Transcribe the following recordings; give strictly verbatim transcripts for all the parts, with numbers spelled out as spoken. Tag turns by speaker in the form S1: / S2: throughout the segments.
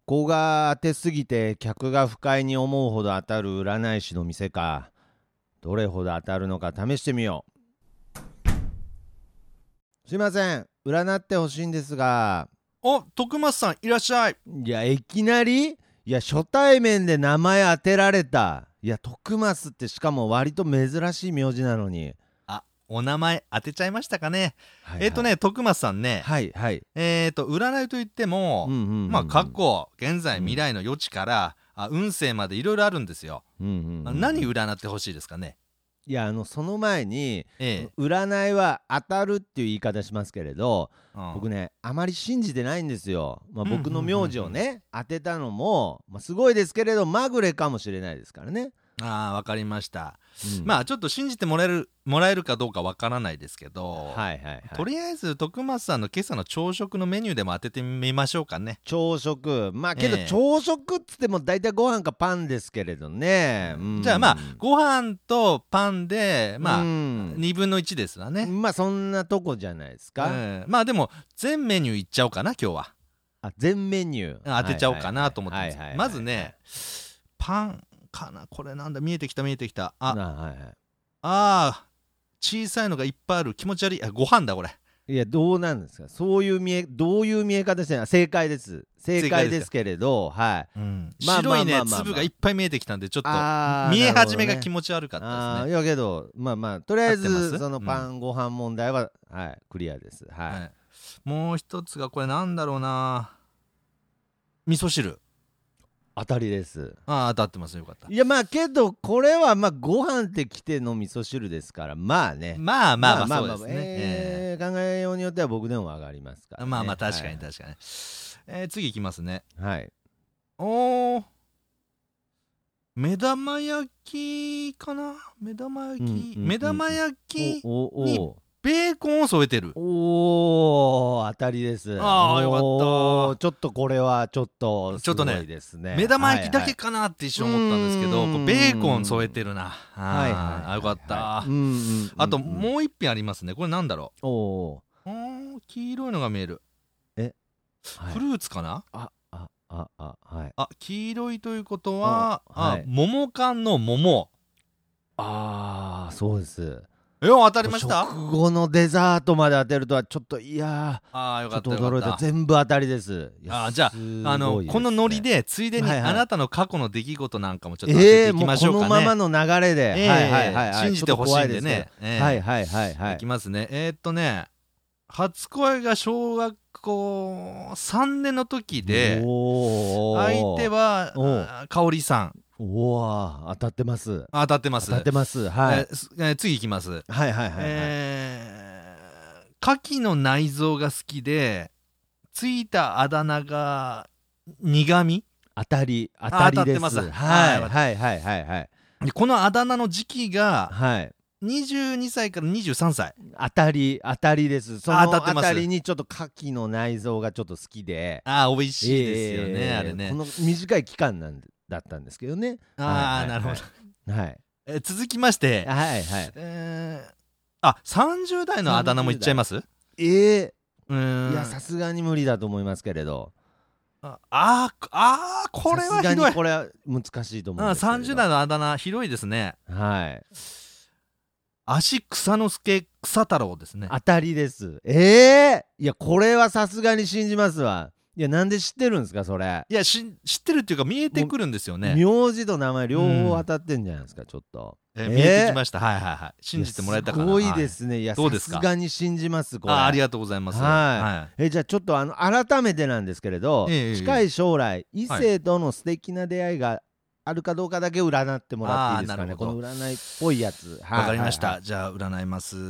S1: こが当てすぎて客が不快に思うほど当たる占い師の店か。どれほど当たるのか試してみよう。すいません、占ってほしいんですが。
S2: お、徳松さんいらっしゃい。
S1: いや、いきなり、いや、初対面で名前当てられた。いや、徳松ってしかも割と珍しい名字なのに。
S2: あ、お名前当てちゃいましたかね。
S1: はいはい、
S2: えっ、ー、とね、徳松さんね、
S1: はいはい、
S2: えっ、ー、と占いといっても、
S1: うんうんうんうん、
S2: まあ過去現在未来の余地から、うん、あ運勢までいろいろあるんですよ、
S1: うんうんうん、
S2: 何占ってほしいですかね。
S1: いや、あのその前に、
S2: ええ、
S1: 占いは当たるっていう言い方しますけれど、
S2: うん、
S1: 僕ねあまり信じてないんですよ。まあ、僕の名字をね、うんうんうんうん、当てたのも、まあ、すごいですけれどまぐれかもしれないですからね。
S2: ああ、わかりました、うん、まあちょっと信じてもらえるもらえるかどうかわからないですけど、
S1: はいはいはい、
S2: とりあえず徳松さんの今朝の朝食のメニューでも当ててみましょうかね。
S1: 朝食、まあけど朝食っつっても大体ご飯かパンですけれどね、
S2: うん、じゃあまあご飯とパンでまあにぶんのいちですわね。
S1: まあそんなとこじゃないですか、うん、
S2: まあでも全メニューいっちゃおうかな今日は。
S1: あ、全メニュー
S2: 当てちゃおうかなと思ってます。まずね、パンかな、これなんだ、見えてきた見えてきた。あ、はいはい、あー、小さいのがいっぱいある、気持ち悪い。あ、ご飯だこれ。
S1: いや、どうなんですか、そういう見え、どういう見え方してない。正解です、正解ですけれど、はい、
S2: うん、まあ、白いね粒がいっぱい見えてきたんでちょっと見え始めが気持ち悪かったですね。
S1: あ、いやけどまあまあとりあえずそのパンご飯問題は、うん、はい、クリアです、はい、はい、
S2: もう一つがこれなんだろうな、味噌汁。
S1: 当たりです。
S2: ああ、当たってます、よかった。
S1: いやまあけどこれはまあご飯ってきての味噌汁ですから、まあね、
S2: まあまあまあそうですね、え
S1: ー、考えようによっては僕でも上がりますから、ね、
S2: まあまあ確かに確かに、はい、えー、次いきますね。
S1: はい。
S2: おー、目玉焼きかな、目玉焼き、うんうんうん、目玉焼きにベーコンを添えてる。
S1: おー、当たりです。
S2: ああ、よかった。
S1: ちょっとこれはちょっとすごいですね。
S2: 目玉焼きだけかなって一瞬思ったんですけど、はいはい、こうベーコン添えてるな。はいはい、あ、よかった。うんうんうんうん、あともう一品ありますね。これなんだろう。おー、黄色いのが見える。え、はい、フルーツかな。ああああ、はい、あ、黄色いということは、はい、あ、桃缶の桃。
S1: ああ、そうです。
S2: え、当たりました。
S1: 食後のデザートまで当てるとはちょっと、いやー、
S2: あー、よかった
S1: ちょっと驚いた。全部当たりです。
S2: あー、じゃあ、あのこのノリでついでにあなたの過去の出来事なんかもちょっと当てていきましょうかね。
S1: えー、もうこのままの流れで、
S2: えー、はいはいはい、はい、信じてほしいんでね、
S1: えー、はいはいはいはい、
S2: いきますね。えー、っとね、初恋が小学校さんねんの時で、相手は香織さん。
S1: おお、当たってます。
S2: 当たってます。
S1: 当たってます。はい。
S2: えーえー、次いきます。
S1: はいはいはい、はい。
S2: えー、牡蠣の内臓が好きで、ついたあだ名が苦味。
S1: 当たり、当たりです。
S2: 当たってます。
S1: はいはいはいはいはい。
S2: でこのあだ名の時期が、
S1: はい。
S2: にじゅうにさいからにじゅうさんさい。
S1: 当たり当たりです。その当たりにちょっと牡蠣の内臓がちょっと好きで、
S2: ああ、美味しいですよね、えー、あれね。
S1: この短い期間なんだったんですけどね。
S2: ああ、はいはいはい、なるほど。はい。えー、続きまして、
S1: はいはい。
S2: えー、あ、さんじゅう代のあだ名も言っちゃいます？
S1: ええー、うーん、いやさすがに無理だと思いますけれど。
S2: あああ、これはひどい。
S1: これは難しいと思うんですけど。
S2: さんじゅう代のあだ名広いですね。
S1: はい。
S2: 足草之助草太郎ですね。
S1: 当たりです。ええー、いやこれはさすがに信じますわ。いやなんで知ってるんですかそれ。
S2: いやし知ってるっていうか見えてくるんですよね。
S1: 名字と名前両方当たってんじゃないですか、うん、ちょっと、
S2: えー、見えてきました。はいはいはい。信じてもらえたかな。
S1: すごいですね。いや、
S2: どうですか。
S1: さすがに信じますこれ。
S2: あ, ありがとうございます。
S1: はい、はい、えじゃあちょっとあの改めてなんですけれど、えー、近い将来異性との素敵な出会いがあるかどうかだけ占ってもらっていいですかね。この占いっぽいやつ。
S2: わ、はい、かりました、はいはい、じゃあ占います。うん、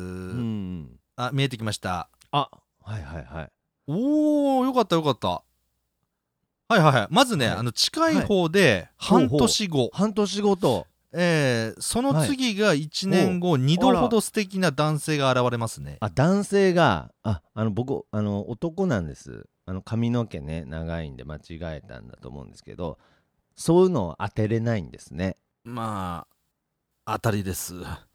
S2: あ、見えてきました。
S1: あ、はいはいはい。
S2: おー、よかったよかった。はいはいはい。まずね、はい、あの近い方で半年後、はい、
S1: ほうほう半年後と、
S2: えー、その次がいちねんご、はい、にどほど素敵な男性が現れますね。
S1: あ、男性が、あ、あの僕あの男なんです。あの髪の毛ね長いんで間違えたんだと思うんですけど、そういうのを当てれないんですね。
S2: まあ当たりです。